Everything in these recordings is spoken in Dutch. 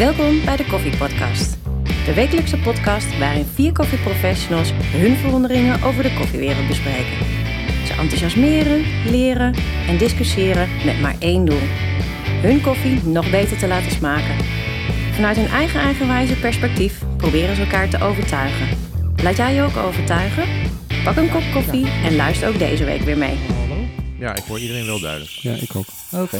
Welkom bij de Koffie Podcast. De wekelijkse podcast waarin 4 koffieprofessionals hun verwonderingen over de koffiewereld bespreken. Ze enthousiasmeren, leren en discussiëren met maar één doel: hun koffie nog beter te laten smaken. Vanuit hun eigen eigenwijze perspectief proberen ze elkaar te overtuigen. Laat jij je ook overtuigen? Pak een kop koffie en luister ook deze week weer mee. Ja, ik hoor iedereen wel duidelijk. Ja, ik ook. Oké.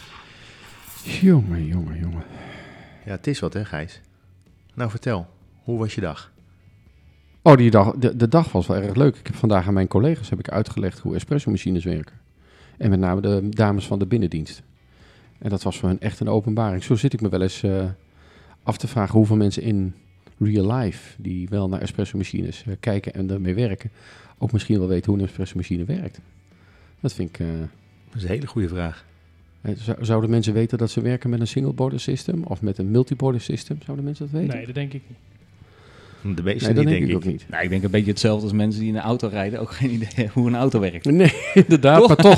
Jongen. Ja, het is wat hè, Gijs? Nou, vertel. Hoe was je dag? Oh, die dag, de dag was wel erg leuk. Ik heb vandaag aan mijn collega's uitgelegd hoe espresso-machines werken. En met name de dames van de binnendienst. En dat was voor hen echt een openbaring. Zo zit ik me wel eens af te vragen hoeveel mensen in real life, die wel naar espresso-machines kijken en daarmee werken, ook misschien wel weten hoe een espresso-machine werkt. Dat vind ik... Dat is een hele goede vraag. Zouden mensen weten dat ze werken met een single boiler system of met een multi-boiler system? Zouden mensen dat weten? Nee, dat denk ik niet. De meeste Nee, dat niet, denk ik ook niet. Nou, ik denk een beetje hetzelfde als mensen die in een auto rijden. Ook geen idee hoe een auto werkt. Nee, inderdaad, Toch? maar toch.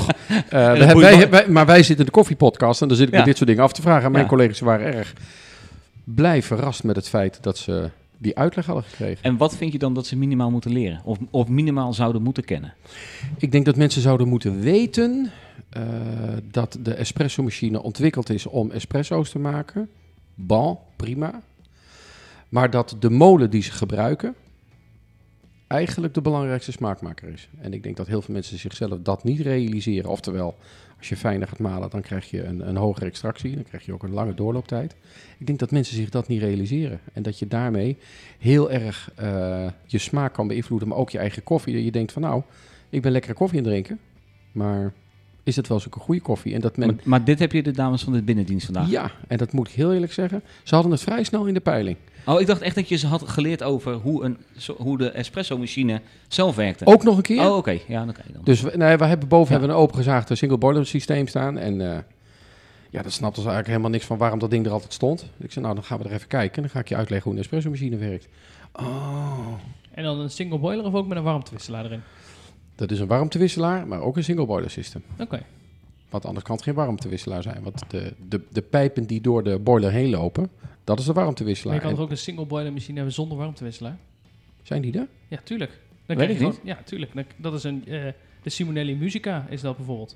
Wij zitten in de koffiepodcast en dan zit ik Ja. me dit soort dingen af te vragen. En mijn Ja. collega's waren erg blij verrast met het feit dat ze die uitleg hadden gekregen. En wat vind je dan dat ze minimaal moeten leren? Of minimaal zouden moeten kennen? Ik denk dat mensen zouden moeten weten dat de espresso-machine ontwikkeld is om espresso's te maken. Bon, prima. Maar dat de molen die ze gebruiken eigenlijk de belangrijkste smaakmaker is. En ik denk dat heel veel mensen zichzelf dat niet realiseren. Oftewel, als je fijner gaat malen, dan krijg je een hogere extractie. Dan krijg je ook een lange doorlooptijd. Ik denk dat mensen zich dat niet realiseren. En dat je daarmee heel erg je smaak kan beïnvloeden, maar ook je eigen koffie. Dat je denkt van nou, ik ben lekkere koffie aan het drinken, maar is het wel zulke goede koffie? En dat men... Maar dit heb je de dames van de binnendienst vandaag. Ja, en dat moet ik heel eerlijk zeggen. Ze hadden het vrij snel in de peiling. Oh, ik dacht echt dat je ze had geleerd over hoe de espresso-machine zelf werkte. Ook nog een keer. Oh, oké. Ja, oké dan. Dus we hebben boven hebben een opengezaagde single boiler systeem staan. En ja, dat snapten ze eigenlijk helemaal niks van waarom dat ding er altijd stond. Ik zei, nou, dan gaan we er even kijken. En dan ga ik je uitleggen hoe een espresso machine werkt. Oh, En dan een single boiler of ook met een warmtewisselaar erin? dat is een warmtewisselaar, maar ook een single boiler system. Oké. Want anders kan het geen warmtewisselaar zijn. Want de pijpen die door de boiler heen lopen, dat is de Maar warmtewisselaar. je kan En toch ook een single boiler machine hebben zonder warmtewisselaar? zijn die er? Ja, tuurlijk. Weet Dan krijg je ik gewoon, ja, tuurlijk. Dat is een, de Simonelli Musica is dat bijvoorbeeld.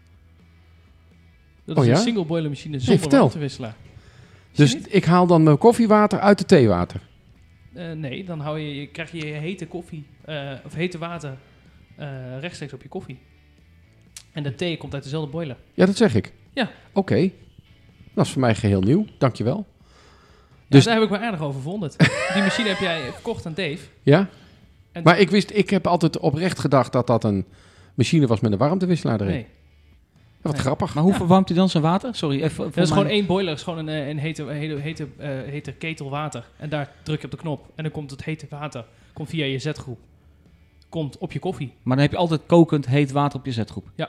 Dat is Oh ja? een single boiler machine zonder vertel. warmtewisselaar. Dus ik haal dan mijn koffiewater uit de theewater. Nee, dan krijg je hete koffie of hete water rechtstreeks op je koffie. En de thee komt uit dezelfde boiler. Ja, dat zeg ik. Ja. Oké. Dat is voor mij geheel nieuw. Dankjewel. Dus Dus- daar heb ik me aardig over verwonderd. Die machine heb jij verkocht aan Dave. Ja? En Maar ik heb altijd oprecht gedacht dat dat een machine was met een warmtewisselaar erin. nee. Ja, wat Nee. grappig. Maar hoe verwarmt hij dan zijn water? Sorry, even Dat is gewoon één boiler, het is gewoon een hete ketel water. En daar druk je op de knop. En dan komt het hete water via je zetgroep. Komt op je koffie. Maar dan heb je altijd kokend heet water op je zetgroep. Ja.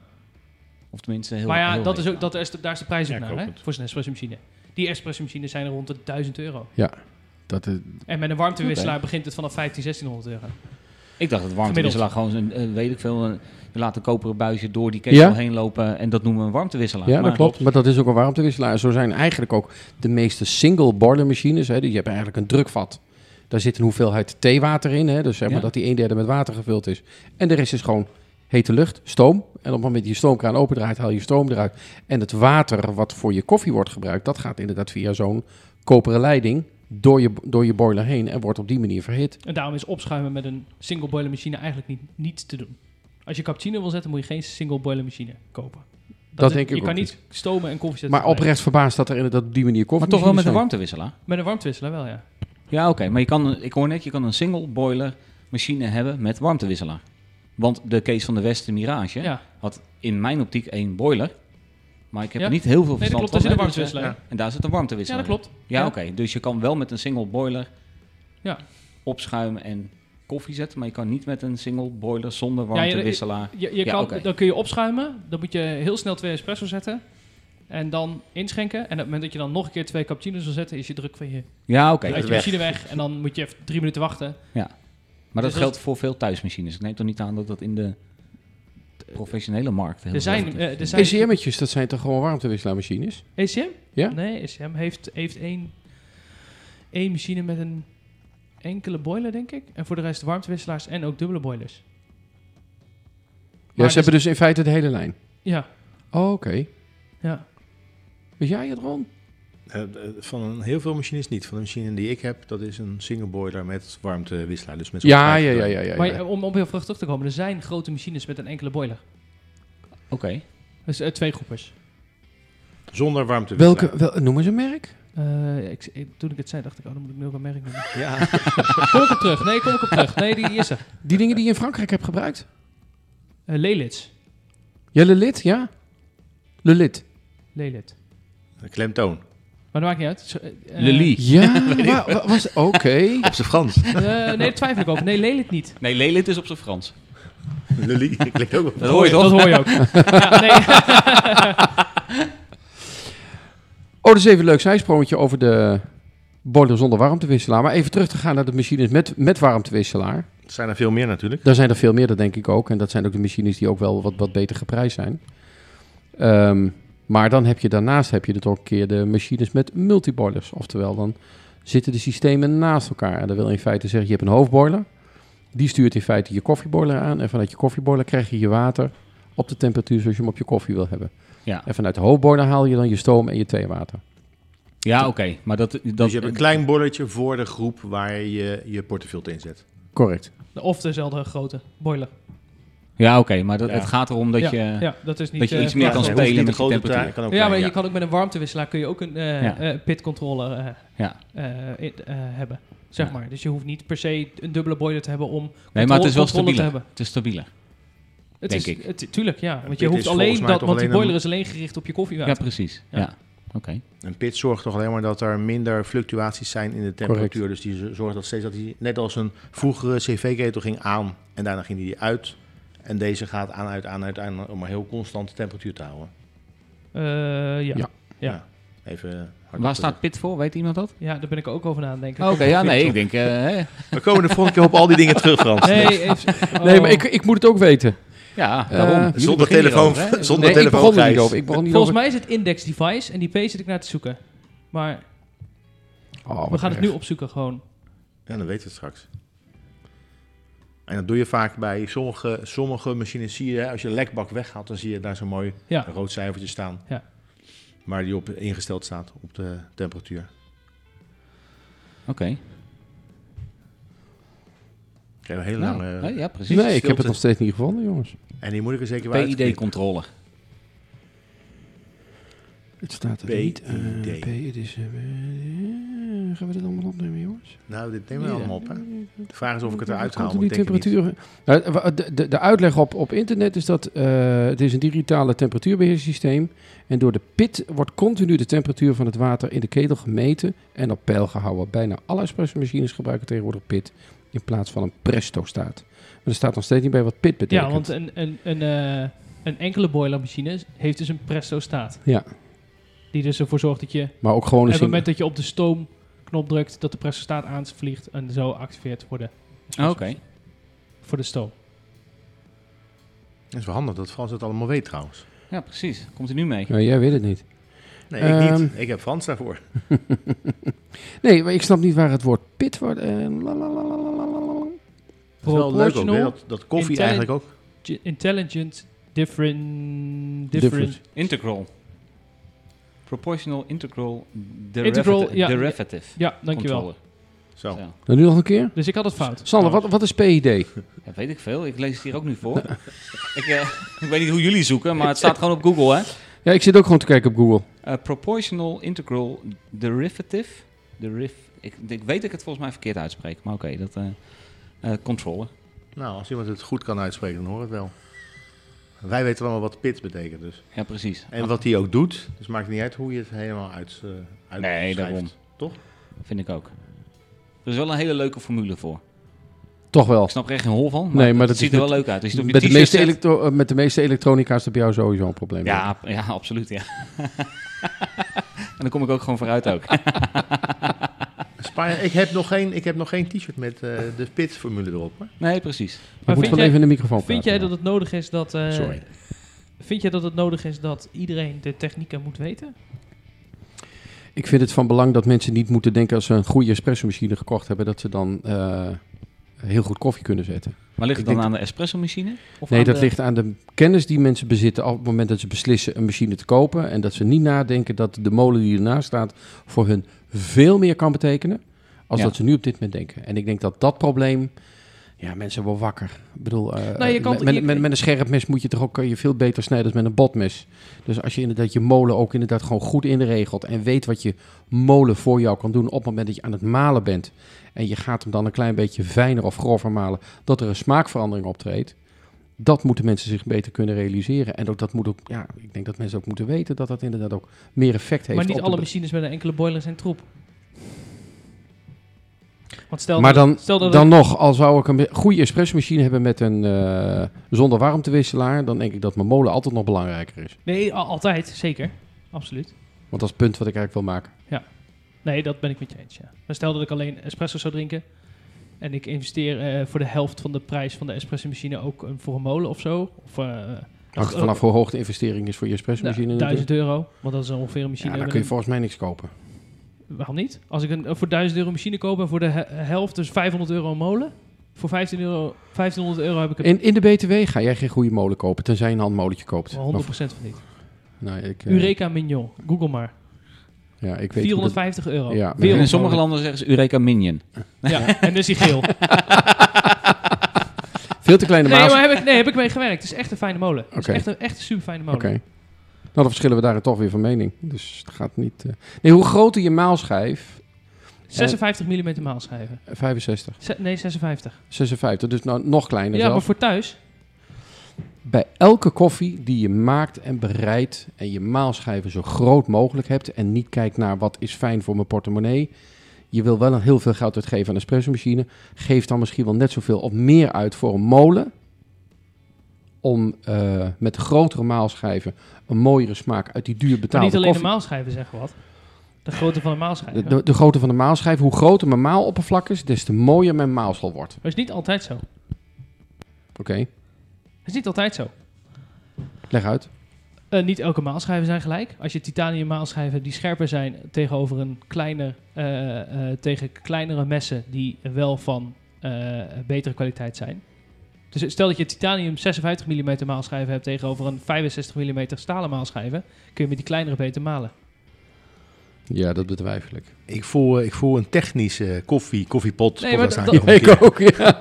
Of tenminste heel Maar ja, heel dat heet. is ook, daar is de prijs ook Ja, naar, hè, kokend. voor zijn espresso machine. Die espresso machines zijn rond de €1000. Dat is, En met een warmtewisselaar begint het vanaf €1.500-1.600. Ik dacht dat warmtewisselaar gewoon weet ik veel, je laat een koperen buisje door die ketel Ja. heen lopen en dat noemen we een warmtewisselaar. ja, Maar- dat klopt. Maar dat is ook een warmtewisselaar. En zo zijn eigenlijk ook de meeste single boiler machines. Hè, je hebt eigenlijk een drukvat. Daar zit een hoeveelheid theewater in. Hè, dus zeg maar Ja. dat die 1/3 met water gevuld is. En de rest is gewoon hete lucht, stoom. En op het moment dat je stoomkraan opendraait, haal je stroom eruit. En het water wat voor je koffie wordt gebruikt, dat gaat inderdaad via zo'n koperen leiding door je boiler heen en wordt op die manier verhit. En daarom is opschuimen met een single boiler machine eigenlijk niet te doen. Als je cappuccino wil zetten, moet je geen single boiler machine kopen. Dat denk ik Je ook kan niet. niet stomen en koffie zetten. Maar tegelijk. oprecht verbaasd dat er inderdaad op die manier Maar koffie toch wel met een warmtewisselaar? Met een warmtewisselaar wel, ja. Ja, oké. Maar ik hoor net, je kan een single boiler machine hebben met warmtewisselaar. Want de Kees van de West, de Mirage, Ja, had in mijn optiek 1 boiler. Maar ik heb Ja. er niet heel veel nee, dat verstand klopt. Er zit een hè, warmtewisselaar in. en daar zit een Ja, warmtewisselaar dat klopt. in. Ja, oké. Dus je kan wel met een single boiler Ja. opschuimen en koffie zetten. Maar je kan niet met een single boiler zonder je- warmtewisselaar. Je Ja, kan, oké. Dan kun je opschuimen. Dan moet je heel snel 2 espresso zetten. En dan inschenken. En op het moment dat je dan nog een keer 2 cappuccino's wil zetten, is je druk van je, Ja, oké. uit je machine weg. En dan moet je even 3 minuten wachten. Maar dat Dus geldt voor veel thuismachines. Ik neem toch niet aan dat dat in de Professionele markt. Heel Er zijn ECM'tjes, dat zijn toch gewoon warmtewisselaarmachines? ECM? Ja? Nee, ECM heeft één machine met een enkele boiler, denk ik. En voor de rest warmtewisselaars en ook dubbele boilers. Ja, ze hebben dus in feite de hele lijn. Ja, Oh, oké. ja. Weet jij het, Ron? Van heel veel machines niet. Van de machine die ik heb, dat is een single boiler met warmtewisselaar. Dus met zo'n Ja. Maar om op heel vlug terug te komen, er zijn grote machines met een enkele boiler. Oké. Dus 2 groepers. Zonder warmtewisselaar. Noemen ze een merk? Toen ik het zei, dacht ik, dan moet ik nu ook een merk noemen. Ja. Kom ik op terug? Nee, die is er. Die dingen die je in Frankrijk hebt gebruikt? Lelits. Ja, Lelit, ja? Lelit. Lelit. Klemtoon. Maar dat maakt niet uit. Lely. Ja, was oké. Op zijn Frans. Nee, daar twijfel ik over. Nee, Lelit niet. Nee, Lelit is op zijn Frans. Lily. Klinkt ook wel. Dat hoor je toch? Dat hoor je ook. Ja, nee. Oh, dat is even een leuk zijsprongetje over de boiler zonder warmtewisselaar. Maar even terug te gaan naar de machines met warmtewisselaar. Er zijn er veel meer natuurlijk. Daar zijn er veel meer, dat denk ik ook. En dat zijn ook de machines die ook wel wat beter geprijsd zijn. Maar dan heb je daarnaast dus ook een keer de machines met multiboilers. Oftewel, dan zitten de systemen naast elkaar. En dat wil in feite zeggen, je hebt een hoofdboiler. Die stuurt in feite je koffieboiler aan. En vanuit je koffieboiler krijg je je water op de temperatuur zoals je hem op je koffie wil hebben. Ja. En vanuit de hoofdboiler haal je dan je stoom en je theewater. Ja, oké. Maar dat, Dus je hebt een klein boilertje voor de groep waar je je portefilter in zet. Correct. Of dezelfde grote boiler. Ja, oké. Maar Ja. het gaat erom dat je... Ja, dat is niet... dat je iets meer kan hoeft spelen niet met de de grote temperatuur. kan ook Ja, klein, maar je kan ook met een warmtewisselaar kun je ook een pitcontroller Ja. hebben. Zeg maar. Dus je hoeft niet per se een dubbele boiler te hebben om Nee, maar het is wel controle te stabieler. hebben. Het is stabieler. Het Denk is, ik. Tuurlijk, ja. Want pit je hoeft is alleen volgens mij dat, toch want die alleen boiler een- is alleen gericht op je Ja, koffiewater. precies. Ja. Ja. Oké. Een pit zorgt toch alleen maar dat er minder fluctuaties zijn in de temperatuur. Dus die zorgt dat steeds dat hij, net als een vroegere cv-ketel, ging aan en daarna ging die uit. En deze gaat aan, om een heel constante temperatuur te houden. Ja. Even Waar staat PIT voor? Weet iemand dat? Ja, daar ben ik ook over na aan het denken. Oké, ja, nee. Ik denk... We komen de volgende keer op al die dingen terug, Frans. Nee, maar ik moet het ook weten. ja, daarom. Jullie Zonder beginnen telefoon, hierover, hè? zonder Nee, ik telefoon, begon er niet Gijs. over. Ik begon niet Volgens over. mij is het index device en die P zit ik naar te zoeken. Maar Oh, we gaan het nu opzoeken gewoon. Ja, dan weten we het straks. En dat doe je vaak bij sommige machines. Zie je, als je de lekbak weghaalt, dan zie je daar zo'n mooi Ja. rood cijfertje staan. Ja. Waar die op ingesteld staat, op de temperatuur. Oké. Ik heb een hele Nou, lange... ja, precies. Nee, ik heb het nog steeds niet gevonden, jongens. En die moet ik er zeker wel uitknippen. PID-controller. Het staat er PID. niet. Het is... gaan we dit allemaal opnemen, jongens? Nou, dit nemen we allemaal op, hè. De vraag is of ik het eruit haal, Continu want ik denk het niet. temperaturen. De uitleg op internet is dat het is een digitale temperatuurbeheersysteem. En door de PIT wordt continu de temperatuur van het water in de ketel gemeten en op peil gehouden. Bijna alle espresso-machines gebruiken tegenwoordig PIT in plaats van een presto-staat. Maar er staat nog steeds niet bij wat PIT betekent. Ja, want een enkele boilermachine heeft dus een presto staat. Ja, Die dus ervoor zorgt dat je... maar ook gewoon Op een het moment dat je op de stoomknop drukt, dat de presto staat aanvliegt en zo activeert voor de, Oké. voor de stoom. Dat is wel handig dat Frans het allemaal weet, trouwens. Ja, precies. Komt er nu mee. Ja, jij weet het niet. Nee, ik niet. Ehm. Ik heb Frans daarvoor. Nee, maar ik snap niet waar het woord PIT wordt. Dat is wel leuk ook, hè, dat koffie eigenlijk ook... Intelligent different. Integral. Proportional Integral Derivative. Ja, dankjewel. Controller. Zo. Zo. Dan nu nog een keer. Dus ik had het fout. Sander, wat is PID? Ja, weet ik veel. Ik lees het hier ook nu voor. Ik weet niet hoe jullie zoeken, maar het staat gewoon op Google, hè? Ja, ik zit ook gewoon te kijken op Google. Proportional Integral Derivative. Ik weet dat ik het volgens mij verkeerd uitspreek, maar oké, dat controller. Nou, als iemand het goed kan uitspreken, dan hoor het wel. Wij weten allemaal wat PIT betekent dus. Ja, precies. En wat hij ook doet, dus maakt niet uit hoe je het helemaal uitschrijft. Nee, daarom. Toch? Vind ik ook. Er is wel een hele leuke formule voor. Toch wel. Ik snap er echt geen hol van, maar, Nee, maar het dat ziet is er wel met- leuk uit. Als je het op Met je de, t-shirt meeste zet- met de meeste elektronica is het bij jou sowieso een probleem. ja, absoluut, ja. En dan kom ik ook gewoon vooruit ook. Maar ik heb nog geen t-shirt met de pitformule erop. Hè? Nee, precies. Je moet wel even in de microfoon Vind praten. jij dat het nodig is dat... Sorry. Vind jij dat het nodig is dat iedereen de technieken moet weten? Ik vind het van belang dat mensen niet moeten denken... als ze een goede espresso-machine gekocht hebben... dat ze dan heel goed koffie kunnen zetten. Maar ligt het Ik dan denk aan de espresso-machine? Of Nee, aan dat de... ligt aan de kennis die mensen bezitten... op het moment dat ze beslissen een machine te kopen... en dat ze niet nadenken dat de molen die ernaast staat... voor hun veel meer kan betekenen... als Ja. dat ze nu op dit moment denken. En ik denk dat dat probleem... Ja, mensen worden wakker. Ik bedoel, met een scherp mes moet je toch ook kun je veel beter snijden dan met een botmes. Dus als je inderdaad je molen ook inderdaad gewoon goed inregelt en weet wat je molen voor jou kan doen op het moment dat je aan het malen bent en je gaat hem dan een klein beetje fijner of grover malen, dat er een smaakverandering optreedt. Dat moeten mensen zich beter kunnen realiseren. En ook dat moet ook, ja, ik denk dat mensen ook moeten weten dat dat inderdaad ook meer effect heeft. Maar niet op alle de- machines met een enkele boiler zijn troep. Want stel Maar dat, stel dat dan nog, al zou ik een goede espressomachine hebben met een zonder warmtewisselaar, dan denk ik dat mijn molen altijd nog belangrijker is. Nee, altijd, zeker. Absoluut. Want dat is het punt wat ik eigenlijk wil maken. Nee, dat ben ik met je eens, ja. Maar stel dat ik alleen espresso zou drinken en ik investeer voor de helft van de prijs van de espressomachine ook voor een molen of zo. Of, Hangt er vanaf hoe hoog de investering is voor je espressomachine. €1000, want dat is ongeveer een machine. Ja, dan met kun je een- volgens mij niks kopen. Waarom niet? Als ik voor €1000 machine koop en voor de helft, dus €500 een molen. Voor €1500 heb ik het In de BTW ga jij geen goede molen kopen, tenzij je een handmolentje koopt. 100% van niet. Nou, ik, Eureka Mignon, Google maar. ja, ik weet €450. Ja, En in Wereldmolen. sommige landen zeggen ze Eureka Minion. Ja, en dan is hij geel. Veel te kleine Nee, maas. maar heb ik mee gewerkt. Het is echt een fijne molen. Het Oké. is echt een super fijne molen. Oké. Nou, dan verschillen we daar toch weer van mening. Dus het gaat niet... Nee, hoe groter je maalschijf... 56 mm maalschijven. 65. Nee, 56. 56, dus nou nog kleiner Ja, zelf. maar voor thuis. Bij elke koffie die je maakt en bereidt en je maalschijven zo groot mogelijk hebt en niet kijkt naar wat is fijn voor mijn portemonnee. Je wil wel heel veel geld uitgeven aan een espressomachine. Geef dan misschien wel net zoveel of meer uit voor een molen. Om met de grotere maalschijven een mooiere smaak uit die duur Maar betaalde niet alleen koffie. de maalschijven, zeggen wat. De grootte van de maalschijven. De grootte van de maalschijf. Hoe groter mijn maaloppervlak is, des te mooier mijn maalsel wordt. Dat is niet altijd zo. Oké, Dat is niet altijd zo. leg uit. Niet elke maalschijven zijn gelijk. Als je titanium maalschijven die scherper zijn tegenover tegen kleinere messen die wel van betere kwaliteit zijn. Dus stel dat je titanium 56 mm maalschijven hebt tegenover een 65 mm stalen maalschijven, kun je met die kleinere beter malen. Ja, dat betwijfel ik. Ik voel een technische koffiepot. Nee, maar staan. dat- Ja, ik ook, ja.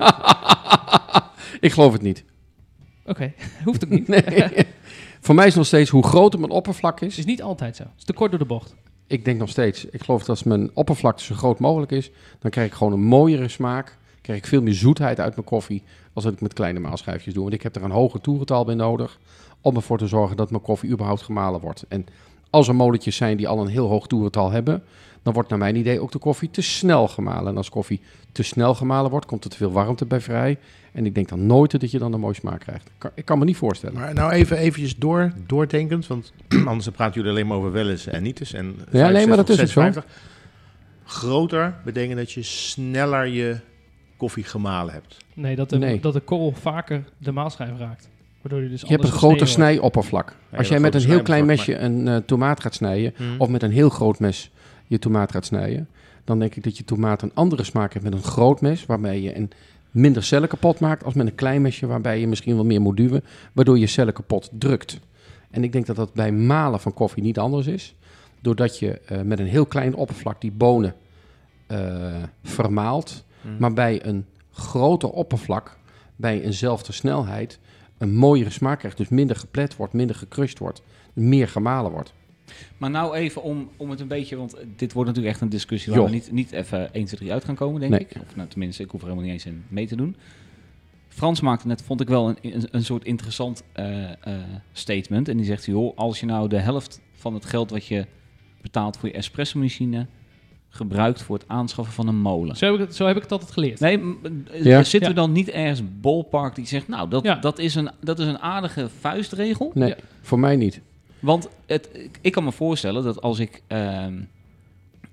Ik geloof het niet. Oké, hoeft ook niet. Nee. Voor mij is nog steeds hoe groter mijn oppervlak Het is. is niet altijd zo. Het is te kort door de bocht. Ik denk nog steeds, ik geloof dat als mijn oppervlakte zo groot mogelijk is, dan krijg ik gewoon een mooiere smaak. Krijg ik veel meer zoetheid uit mijn koffie als dat ik met kleine maalschijfjes doe. Want ik heb er een hoger toerental bij nodig om ervoor te zorgen dat mijn koffie überhaupt gemalen wordt. En als er molentjes zijn die al een heel hoog toerental hebben, dan wordt naar mijn idee ook de koffie te snel gemalen. En als koffie te snel gemalen wordt, komt er te veel warmte bij vrij. En ik denk dan nooit dat je dan een mooie smaak krijgt. Ik kan me niet voorstellen. Maar nou eventjes doordenkend, want anders praten jullie alleen maar over welles en nietes. En Ja, nee, maar dat is het zo. 56. Groter betekent dat je sneller je koffie gemalen hebt. Nee, dat de korrel vaker de maalschijf raakt. Waardoor je dus Je hebt een anders groter gesneden wordt. snijoppervlak. Ja, Als je jij hebt met een een heel klein snijoppervlak, mesje een tomaat gaat snijden, Hmm. of met een heel groot mes je tomaat gaat snijden, dan denk ik dat je tomaat een andere smaak heeft met een groot mes, waarbij je een minder cellen kapot maakt, als met een klein mesje, waarbij je misschien wel meer moet duwen, waardoor je cellen kapot drukt. En ik denk dat dat bij malen van koffie niet anders is, doordat je met een heel klein oppervlak die bonen vermaalt, maar bij een groter oppervlak, bij eenzelfde snelheid, een mooiere smaak krijgt. Dus minder geplet wordt, minder gecrushed wordt, meer gemalen wordt. Maar nou even om het een beetje, want dit wordt natuurlijk echt een discussie waar Joh. we niet even 1, 2, 3 uit gaan komen, denk Nee. ik. Of nou, tenminste, ik hoef er helemaal niet eens in mee te doen. Frans maakte net, vond ik wel een soort interessant statement. En die zegt, joh, als je nou de helft van het geld wat je betaalt voor je espressomachine gebruikt voor het aanschaffen van een molen. Zo heb ik het altijd geleerd. Nee, Ja. zitten we Ja. dan niet ergens ballpark die zegt, nou, Ja. dat is een aardige vuistregel? Nee, Ja. voor mij niet. Want ik kan me voorstellen dat als ik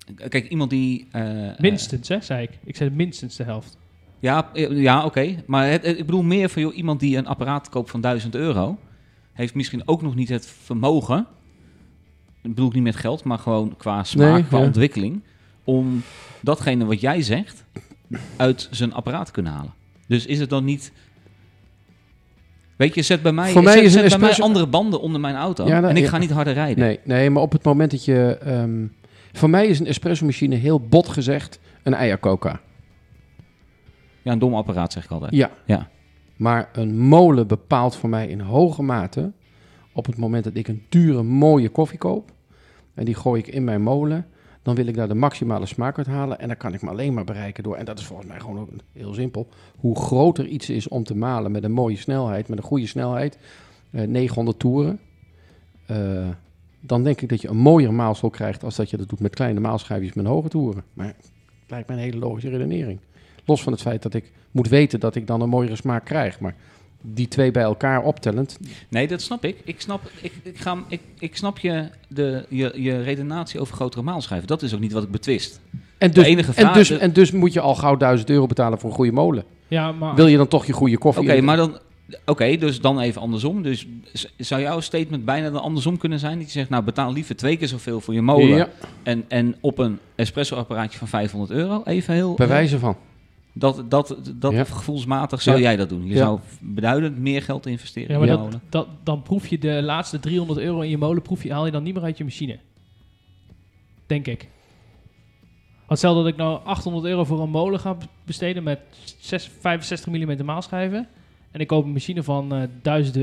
Kijk, iemand die... Minstens, hè, zei ik. Ik zei minstens de helft. Ja, oké. Maar ik bedoel meer van iemand die een apparaat koopt van €1000... heeft misschien ook nog niet het vermogen... Ik bedoel ik niet met geld, maar gewoon qua smaak, qua ontwikkeling... om datgene wat jij zegt uit zijn apparaat te kunnen halen. Dus is het dan niet... Weet je, zet bij mij andere banden onder mijn auto en ik ga niet harder rijden. Nee, maar op het moment dat je... voor mij is een espresso-machine heel bot gezegd een eierkoker. Ja, een dom apparaat zeg ik altijd. Ja. Maar een molen bepaalt voor mij in hoge mate... op het moment dat ik een dure, mooie koffie koop... en die gooi ik in mijn molen... dan wil ik daar de maximale smaak uit halen... en dan kan ik me alleen maar bereiken door... en dat is volgens mij gewoon ook heel simpel... hoe groter iets is om te malen met een mooie snelheid... met een goede snelheid, 900 toeren... dan denk ik dat je een mooier maalsel krijgt... als dat je dat doet met kleine maalschijfjes met hoge toeren. Maar het lijkt me een hele logische redenering. Los van het feit dat ik moet weten dat ik dan een mooiere smaak krijg... maar die twee bij elkaar optellend... Nee, dat snap ik. Ik snap je redenatie over grotere maalschijven. Dat is ook niet wat ik betwist. En dus moet je al gauw €1000 betalen voor een goede molen. Ja, maar... Wil je dan toch je goede koffie... Oké, dus dan even andersom. Dus zou jouw statement bijna dan andersom kunnen zijn? Dat je zegt, nou betaal liever 2 keer zoveel voor je molen... Ja. En op een espresso-apparaatje van €500... even heel... Bij wijze van. Dat gevoelsmatig zou jij dat doen. Je zou beduidend meer geld investeren in je molen. Dan proef je de laatste €300 in je molen... haal je dan niet meer uit je machine. Denk ik. Want stel dat ik nou €800 voor een molen ga besteden... met 65 mm maalschijven... en ik koop een machine van €1000...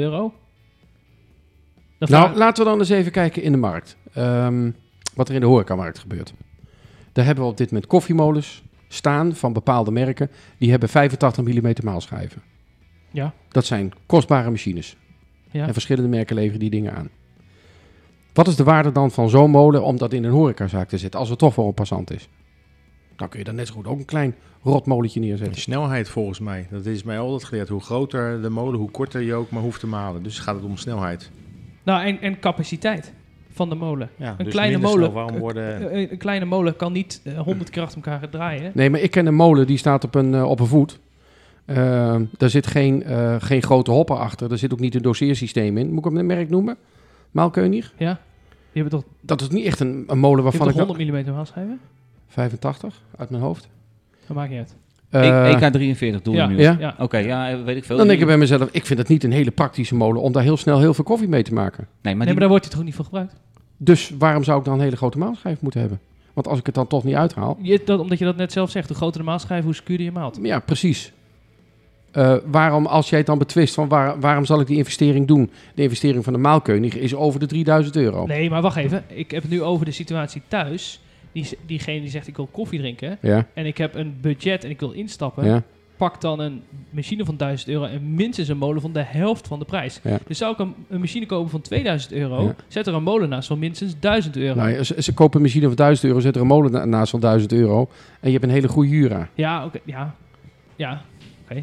Laten we dan eens even kijken in de markt. Wat er in de horecamarkt gebeurt. Daar hebben we op dit moment koffiemolens... staan van bepaalde merken, die hebben 85 mm maalschijven. Ja. Dat zijn kostbare machines. Ja. En verschillende merken leveren die dingen aan. Wat is de waarde dan van zo'n molen om dat in een horecazaak te zetten, als het toch voor een passant is? Dan kun je dan net zo goed ook een klein rotmolentje neerzetten. De snelheid volgens mij. Dat is mij altijd geleerd. Hoe groter de molen, hoe korter je ook maar hoeft te malen. Dus gaat het om snelheid. Nou, en capaciteit van de molen. Ja, een, dus kleine molen worden... een kleine molen kan niet 100 keer achter elkaar draaien. Nee, maar ik ken een molen die staat op een voet. Daar zit geen grote hopper achter. Er zit ook niet een doseersysteem in. Moet ik een merk noemen? Maalkeunig? Ja. Die hebben toch... Dat is niet echt een molen waarvan ik... 100 mm maalschijven? 85 uit mijn hoofd. Dat maakt niet uit. EK43 doe je nu. Ja. Oké, weet ik veel. Dan denk ik bij mezelf, ik vind het niet een hele praktische molen om daar heel snel heel veel koffie mee te maken. Nee, maar daar wordt hij toch niet voor gebruikt? Dus waarom zou ik dan een hele grote maalschijf moeten hebben? Want als ik het dan toch niet uithaal... Omdat je dat net zelf zegt, hoe groter de maalschijf, hoe secuurder je maalt. Ja, precies. Waarom, als jij het dan betwist van waarom zal ik die investering doen? De investering van de maalkeunig is over de €3000. Nee, maar wacht even. Ik heb het nu over de situatie thuis. Diegene die zegt ik wil koffie drinken. Ja. En ik heb een budget en ik wil instappen. Ja. Pak dan een machine van €1000 en minstens een molen van de helft van de prijs. Ja. Dus zou ik een machine kopen van €2000, zet er een molen naast van minstens €1000. Nou, ze kopen een machine van €1000, zet er een molen naast van €1000 en je hebt een hele goede Jura. Ja, oké. Ja, oké.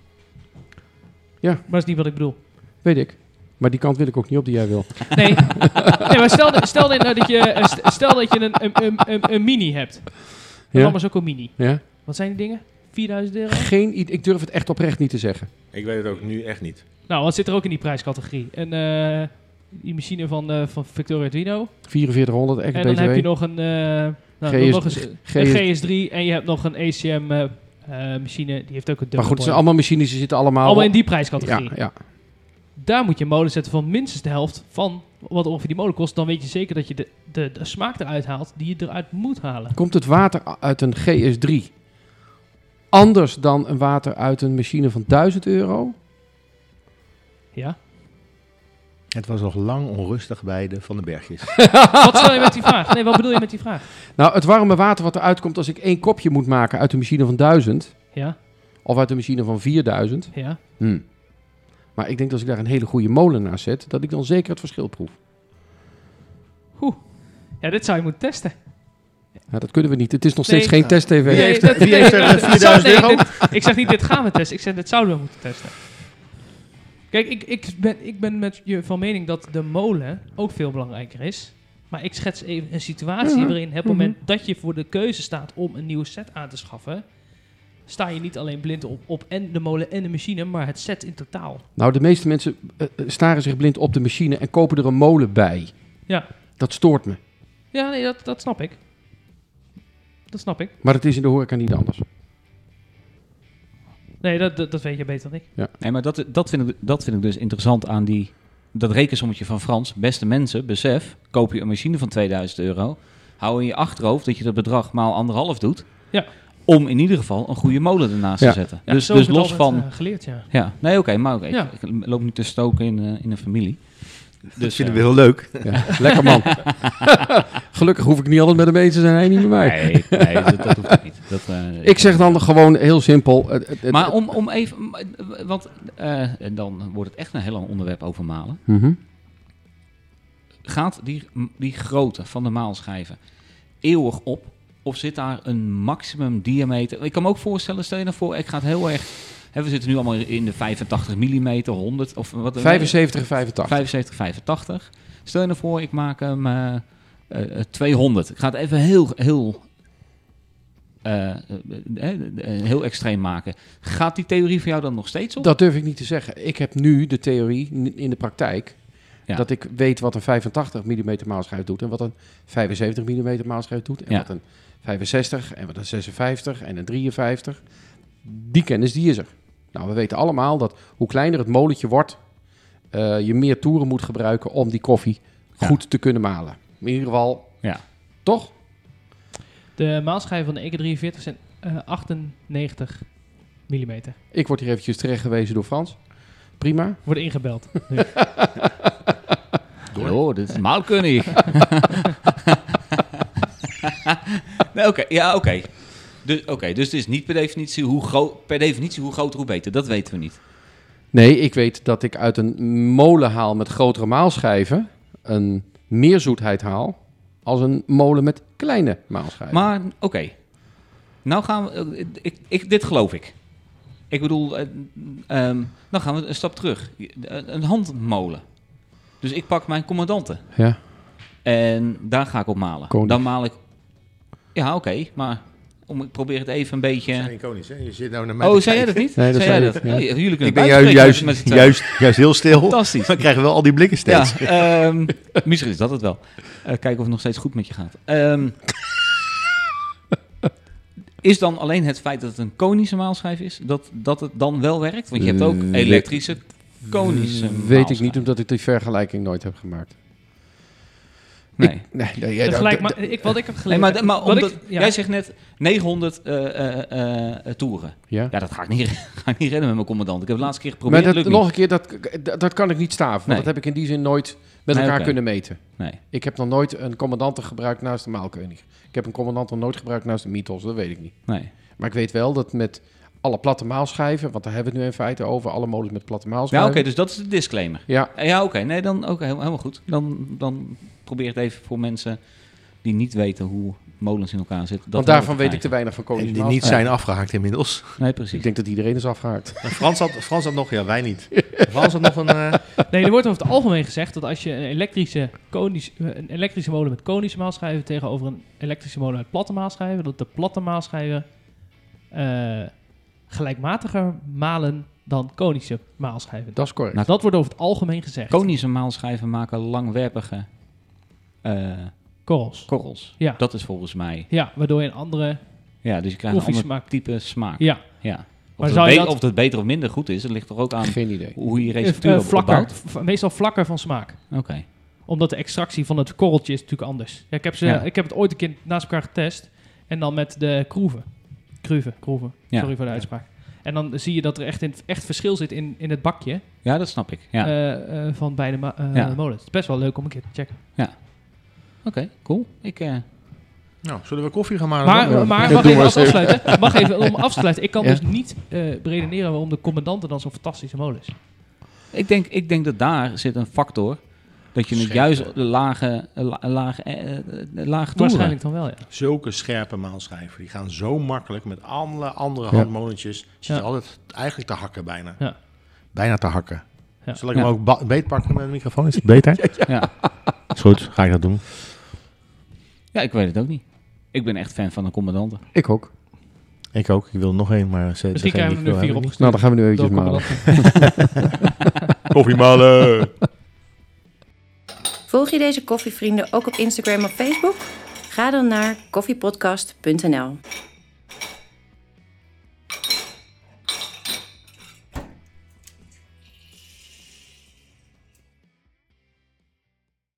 Ja. Maar dat is niet wat ik bedoel. Weet ik. Maar die kant wil ik ook niet op die jij wil. Nee, maar stel dat je een mini hebt. Een Lammers ook een mini. Ja. Wat zijn die dingen? €4000? Ik durf het echt oprecht niet te zeggen. Ik weet het ook nu echt niet. Nou, wat zit er ook in die prijscategorie? Die machine van Victoria Duino. 4400 echt. En dan heb je nog een GS3 en je hebt nog een ACM machine. Die heeft ook een dubbel. Maar goed, het zijn allemaal machines, die zitten allemaal in die prijscategorie. Ja. Daar moet je een molen zetten van minstens de helft van wat ongeveer die molen kost. Dan weet je zeker dat je de smaak eruit haalt die je eruit moet halen. Komt het water uit een GS3 anders dan een water uit een machine van €1000? Ja. Het was nog lang onrustig bij de Van den Bergjes. Wat stel je met die vraag? Nee, wat bedoel je met die vraag? Nou, het warme water wat eruit komt als ik 1 kopje moet maken uit een machine van 1000. Ja. Of uit een machine van 4000. Ja. Maar ik denk dat als ik daar een hele goede molen naast zet, dat ik dan zeker het verschil proef. Ja, dit zou je moeten testen. Ja, dat kunnen we niet. Het is nog steeds geen test-tv. Wie heeft er €4000? Ik zeg niet, dit gaan we testen. Ik zeg, dit zouden we moeten testen. Kijk, ik ben met je van mening dat de molen ook veel belangrijker is Maar ik schets even een situatie waarin op het moment dat je voor de keuze staat om een nieuwe set aan te schaffen, sta je niet alleen blind op en de molen en de machine, maar het set in totaal. Nou, de meeste mensen staren zich blind op de machine en kopen er een molen bij. Ja. Dat stoort me. Ja, nee, dat snap ik. Dat snap ik. Maar dat is in de horeca niet anders. Nee, dat weet je beter dan ik. Ja. Nee, maar dat vind ik dus interessant aan dat rekensommetje van Frans. Beste mensen, besef, koop je een machine van €2000, hou in je achterhoofd dat je dat bedrag maal 1,5 doet. Ja. Om in ieder geval een goede molen ernaast te zetten. Ja, dus zo heb ik het los altijd, van... geleerd, ja. Ja, nee, oké, maar oké. Ja. Ik loop niet te stoken in een familie. Dat vinden we heel leuk. Ja, lekker man. Gelukkig hoef ik niet altijd met hem eens te zijn, hij niet met mij. Nee, dat hoeft ook niet. Ik zeg dan gewoon heel simpel. Maar om even... Want dan wordt het echt een heel lang onderwerp over malen. Mhm. Gaat die grootte van de maalschijven eeuwig op? Of zit daar een maximum diameter? Ik kan me ook voorstellen, stel je nou voor, ik ga het heel erg... we zitten nu allemaal in de 85 mm, 100 of wat? 75 en 85. 75, 85. Stel je nou voor, ik maak hem 200. Ik ga het even heel extreem maken. Gaat die theorie voor jou dan nog steeds op? Dat durf ik niet te zeggen. Ik heb nu de theorie in de praktijk. Ja. Dat ik weet wat een 85 mm maalschijf doet. En wat een 75 mm maalschijf doet. En wat een 65 en wat een 56 en een 53. Die kennis die is er. Nou, we weten allemaal dat hoe kleiner het molentje wordt, je meer toeren moet gebruiken om die koffie goed te kunnen malen. In ieder geval, toch? De maalschijven van de EK 43 zijn 98 mm. Ik word hier eventjes terecht gewezen door Frans. Prima. Wordt ingebeld. Oh, dit is maalkundig. Nee, oké. Dus het is niet per definitie hoe groter, hoe beter. Dat weten we niet. Nee, ik weet dat ik uit een molen haal met grotere maalschijven een meer zoetheid haal als een molen met kleine maalschijven. Maar, oké. Nou gaan we... dit geloof ik. Ik bedoel, dan gaan we een stap terug. Een handmolen. Dus ik pak mijn commandanten. Ja. En daar ga ik op malen. Koning. Dan maal ik... Ja, oké, maar... Ik probeer het even een beetje... Zijn Konings, hè? Je zit nou naar mij. Oh, zei jij dat niet? Nee, dat zei jij zei dat? ik, ja. Oh, jullie kunnen Ik ben buiten juist heel stil. Fantastisch. Dan krijgen we wel al die blikken steeds. Ja, misschien is dat het wel. Kijken of het nog steeds goed met je gaat. Is dan alleen het feit dat het een konische maalschijf is, dat het dan wel werkt? Want je hebt ook elektrische konische maalschijf. Weet ik niet, omdat ik die vergelijking nooit heb gemaakt. Nee. Wat ik heb geleerd... Jij zegt net 900 toeren. Ja. Ja, dat ga ik niet redden met mijn commandant. Ik heb de laatste keer geprobeerd. Maar lukt nog niet. een keer, dat kan ik niet staven. Want Nee. dat heb ik in die zin nooit met elkaar kunnen meten. Nee. Ik heb nog nooit een commandant gebruikt naast de maalkoning. Ik heb een commandant nog nooit gebruikt naast de mythos, dat weet ik niet. Nee. Maar ik weet wel dat met alle platte maalschijven, want daar hebben we het nu in feite over, alle molens met platte Ja, maalschijven. oké, dus dat is de disclaimer. Ja, Ja, oké. Nee, dan helemaal goed. Dan probeer het even voor mensen die niet weten hoe molens in elkaar zitten. want daarvan weet ik te weinig van En koning. die niet zijn afgehaakt inmiddels. Nee, precies. Ik denk dat iedereen is afgehaakt. En Frans had nog, ja, wij niet. Frans had nog een... Nee, er wordt over het algemeen gezegd dat als je een elektrische molen met konische maalschijven tegenover een elektrische molen met platte maalschijven, dat de platte maalschijven gelijkmatiger malen dan konische maalschijven. Dat is correct. Nou, Dat wordt over het algemeen gezegd. Konische maalschijven maken langwerpige Korrels. korrels. Ja. Dat is volgens mij... Ja, waardoor je een andere... Ja, dus je krijgt een ander Koffiesmaak. type smaak. Ja, Ja. Maar zou je Of het beter of minder goed is, dat ligt toch ook aan Geen idee. hoe je receptuur vlakker. opbouwt. Meestal vlakker van smaak. Oké. Omdat de extractie van het korreltje is natuurlijk anders. Ja, ik heb het ooit een keer naast elkaar getest. En dan met de kroeven. Ja. Sorry voor de uitspraak. En dan zie je dat er echt verschil zit in het bakje Ja, dat snap ik. Ja. van beide Ja. molens. Het is best wel leuk om een keer te checken. Oké, cool. Nou, zullen we koffie gaan maken? Maar Ja, wacht doe even maar als eens even. afsluiten. Wacht even, om af te sluiten. Ik kan Ja. dus niet beredeneren waarom de commandanten dan zo'n fantastische molen is. Ik denk dat daar zit een factor dat je het Scherpte. juist lage toeren. Waarschijnlijk dan wel, ja. Zulke scherpe maalschijven. Die gaan zo makkelijk met alle andere Ja. handmolentjes. Zit je Ja. altijd eigenlijk te hakken bijna. Ja. Bijna te hakken. Ja. Zal ik hem ook beetpakken met de microfoon? Is het beter? Ja. Is goed, ga ik dat doen. Ja, ik weet het ook niet. Ik ben echt fan van de commandanten. Ik ook. Ik ook. Ik wil nog één, maar... Misschien krijgen we er nu 4 opgestuurd. Nou, dan gaan we nu eventjes Door malen. Koffiemalen! Volg je deze koffievrienden ook op Instagram of Facebook? Ga dan naar koffiepodcast.nl.